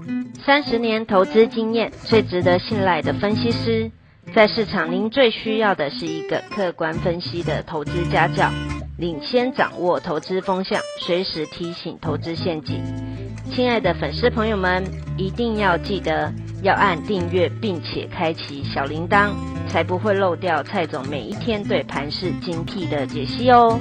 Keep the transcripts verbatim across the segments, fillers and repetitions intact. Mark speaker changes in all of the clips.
Speaker 1: 三十年投资经验，最值得信赖的分析师。在市场，您最需要的是一个客观分析的投资家教，领先掌握投资风向，随时提醒投资陷阱。亲爱的粉丝朋友们，一定要记得要按订阅，并且开启小铃铛，才不会漏掉蔡总每一天对盘势精辟的解析哦。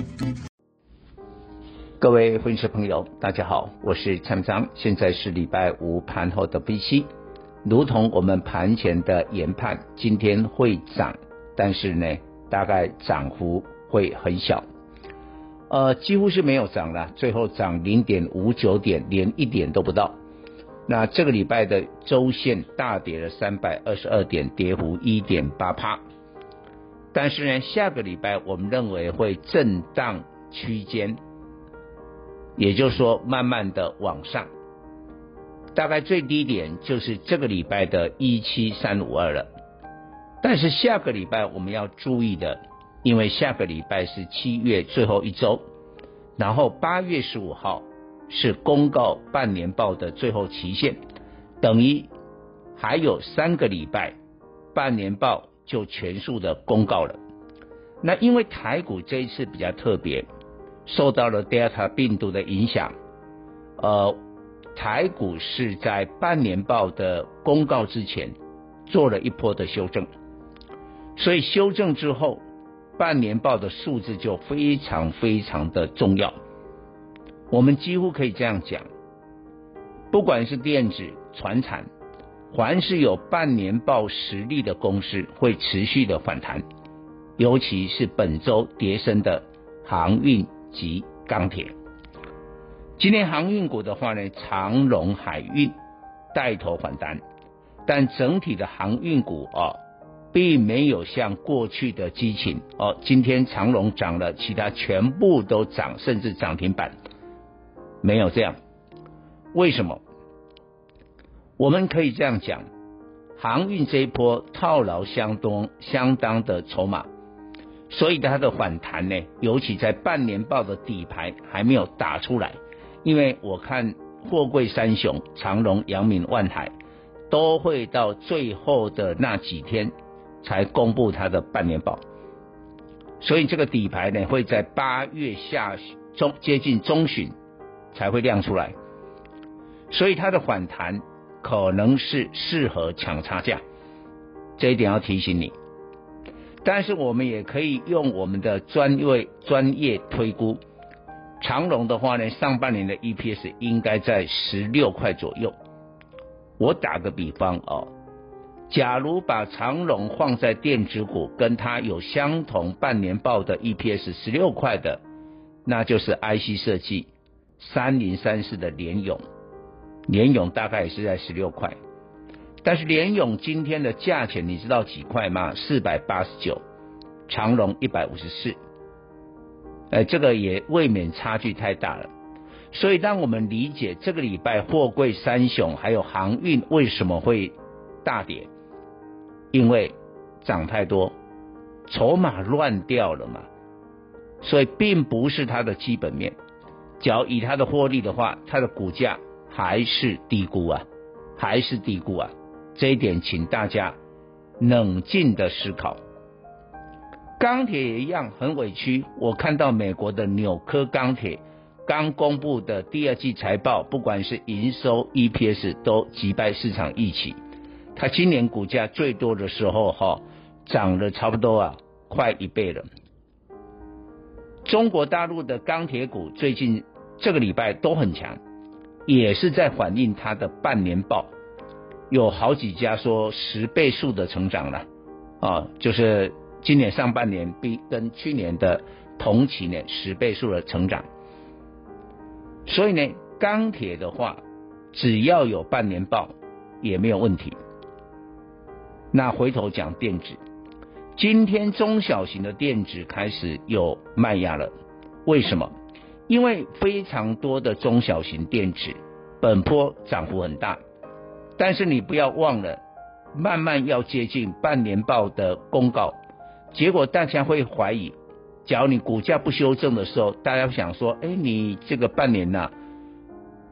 Speaker 2: 各位分析朋友，大家好，我是蔡明彰，现在是礼拜五盘后的分析。如同我们盘前的研判，今天会涨，但是呢，大概涨幅会很小，呃，几乎是没有涨了，最后涨 零点五九 点，连一点都不到。那这个礼拜的周线大跌了三百二十二点，跌幅 一点八趴。但是呢，下个礼拜我们认为会震荡区间，也就是说慢慢的往上，大概最低点就是这个礼拜的一七三五二了。但是下个礼拜我们要注意的，因为下个礼拜是七月最后一周，然后八月十五号是公告半年报的最后期限，等于还有三个礼拜半年报就全数的公告了。那因为台股这一次比较特别，受到了 Delta 病毒的影响，呃，台股是在半年报的公告之前做了一波的修正，所以修正之后，半年报的数字就非常非常的重要。我们几乎可以这样讲，不管是电子、传产，凡是有半年报实力的公司会持续的反弹，尤其是本周跌升的航运及钢铁。今天航运股的话呢，长荣海运带头反弹，但整体的航运股哦，并没有像过去的激情哦。今天长荣涨了，其他全部都涨，甚至涨停板，没有这样。为什么？我们可以这样讲，航运这一波套牢相当相当的筹码，所以它的反弹呢，尤其在半年报的底牌还没有打出来。因为我看货柜三雄长荣、阳明、万海都会到最后的那几天才公布它的半年报，所以这个底牌呢会在八月下中接近中旬才会亮出来，所以它的反弹可能是适合抢差价，这一点要提醒你。但是我们也可以用我们的专业专业推估，长荣的话呢，上半年的 E P S 应该在十六块左右。我打个比方哦，假如把长荣放在电子股，跟它有相同半年报的 E P S 十六块的，那就是 I C 设计三零三四的联咏，联咏大概也是在十六块。但是联咏今天的价钱你知道几块吗？四百八十九，长荣一百五十四。呃，这个也未免差距太大了。所以当我们理解这个礼拜货柜三雄还有航运为什么会大跌，因为涨太多，筹码乱掉了嘛，所以并不是它的基本面。只要以它的获利的话，它的股价还是低估啊，还是低估啊，这一点请大家冷静的思考。钢铁也一样很委屈，我看到美国的纽科钢铁刚公布的第二季财报，不管是营收 E P S 都击败市场预期，它今年股价最多的时候哈、哦，涨了差不多啊快一倍了。中国大陆的钢铁股最近这个礼拜都很强，也是在反映它的半年报，有好几家说十倍数的成长了啊，就是今年上半年比跟去年的同期呢十倍数的成长。所以呢，钢铁的话只要有半年报也没有问题。那回头讲电子，今天中小型的电子开始有卖压了，为什么？因为非常多的中小型电子本波涨幅很大，但是你不要忘了，慢慢要接近半年报的公告，结果大家会怀疑，假如你股价不修正的时候，大家想说，哎，你这个半年啊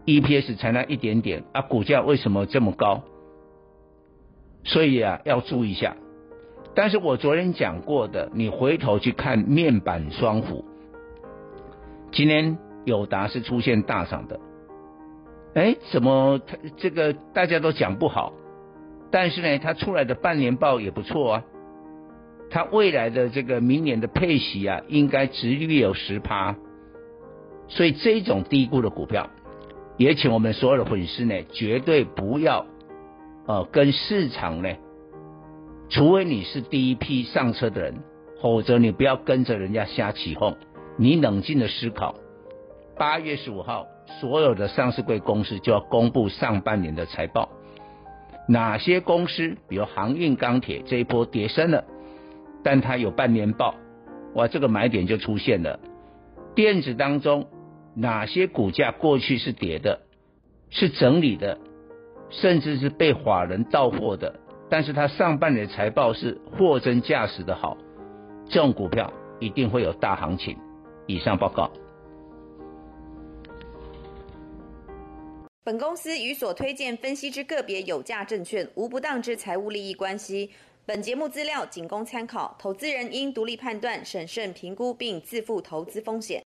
Speaker 2: E P S 才那一点点啊，股价为什么这么高？所以啊，要注意一下。但是我昨天讲过的，你回头去看面板双虎，今天友达是出现大涨的，哎，怎么这个大家都讲不好？但是呢，它出来的半年报也不错啊，它未来的这个明年的配息啊，应该殖利率有 百分之十， 所以这种低估的股票，也请我们所有的粉丝呢，绝对不要呃跟市场呢，除非你是第一批上车的人，否则你不要跟着人家瞎起哄，你冷静的思考。八月十五号，所有的上市柜公司就要公布上半年的财报。哪些公司，比如航运、钢铁这一波跌深了，但它有半年报，哇，这个买点就出现了。电子当中，哪些股价过去是跌的，是整理的，甚至是被法人到货的，但是它上半年的财报是货真价实的好，这种股票一定会有大行情。以上报告。
Speaker 3: 本公司与所推荐分析之个别有价证券无不当之财务利益关系。本节目资料仅供参考，投资人应独立判断、审慎评估并自负投资风险。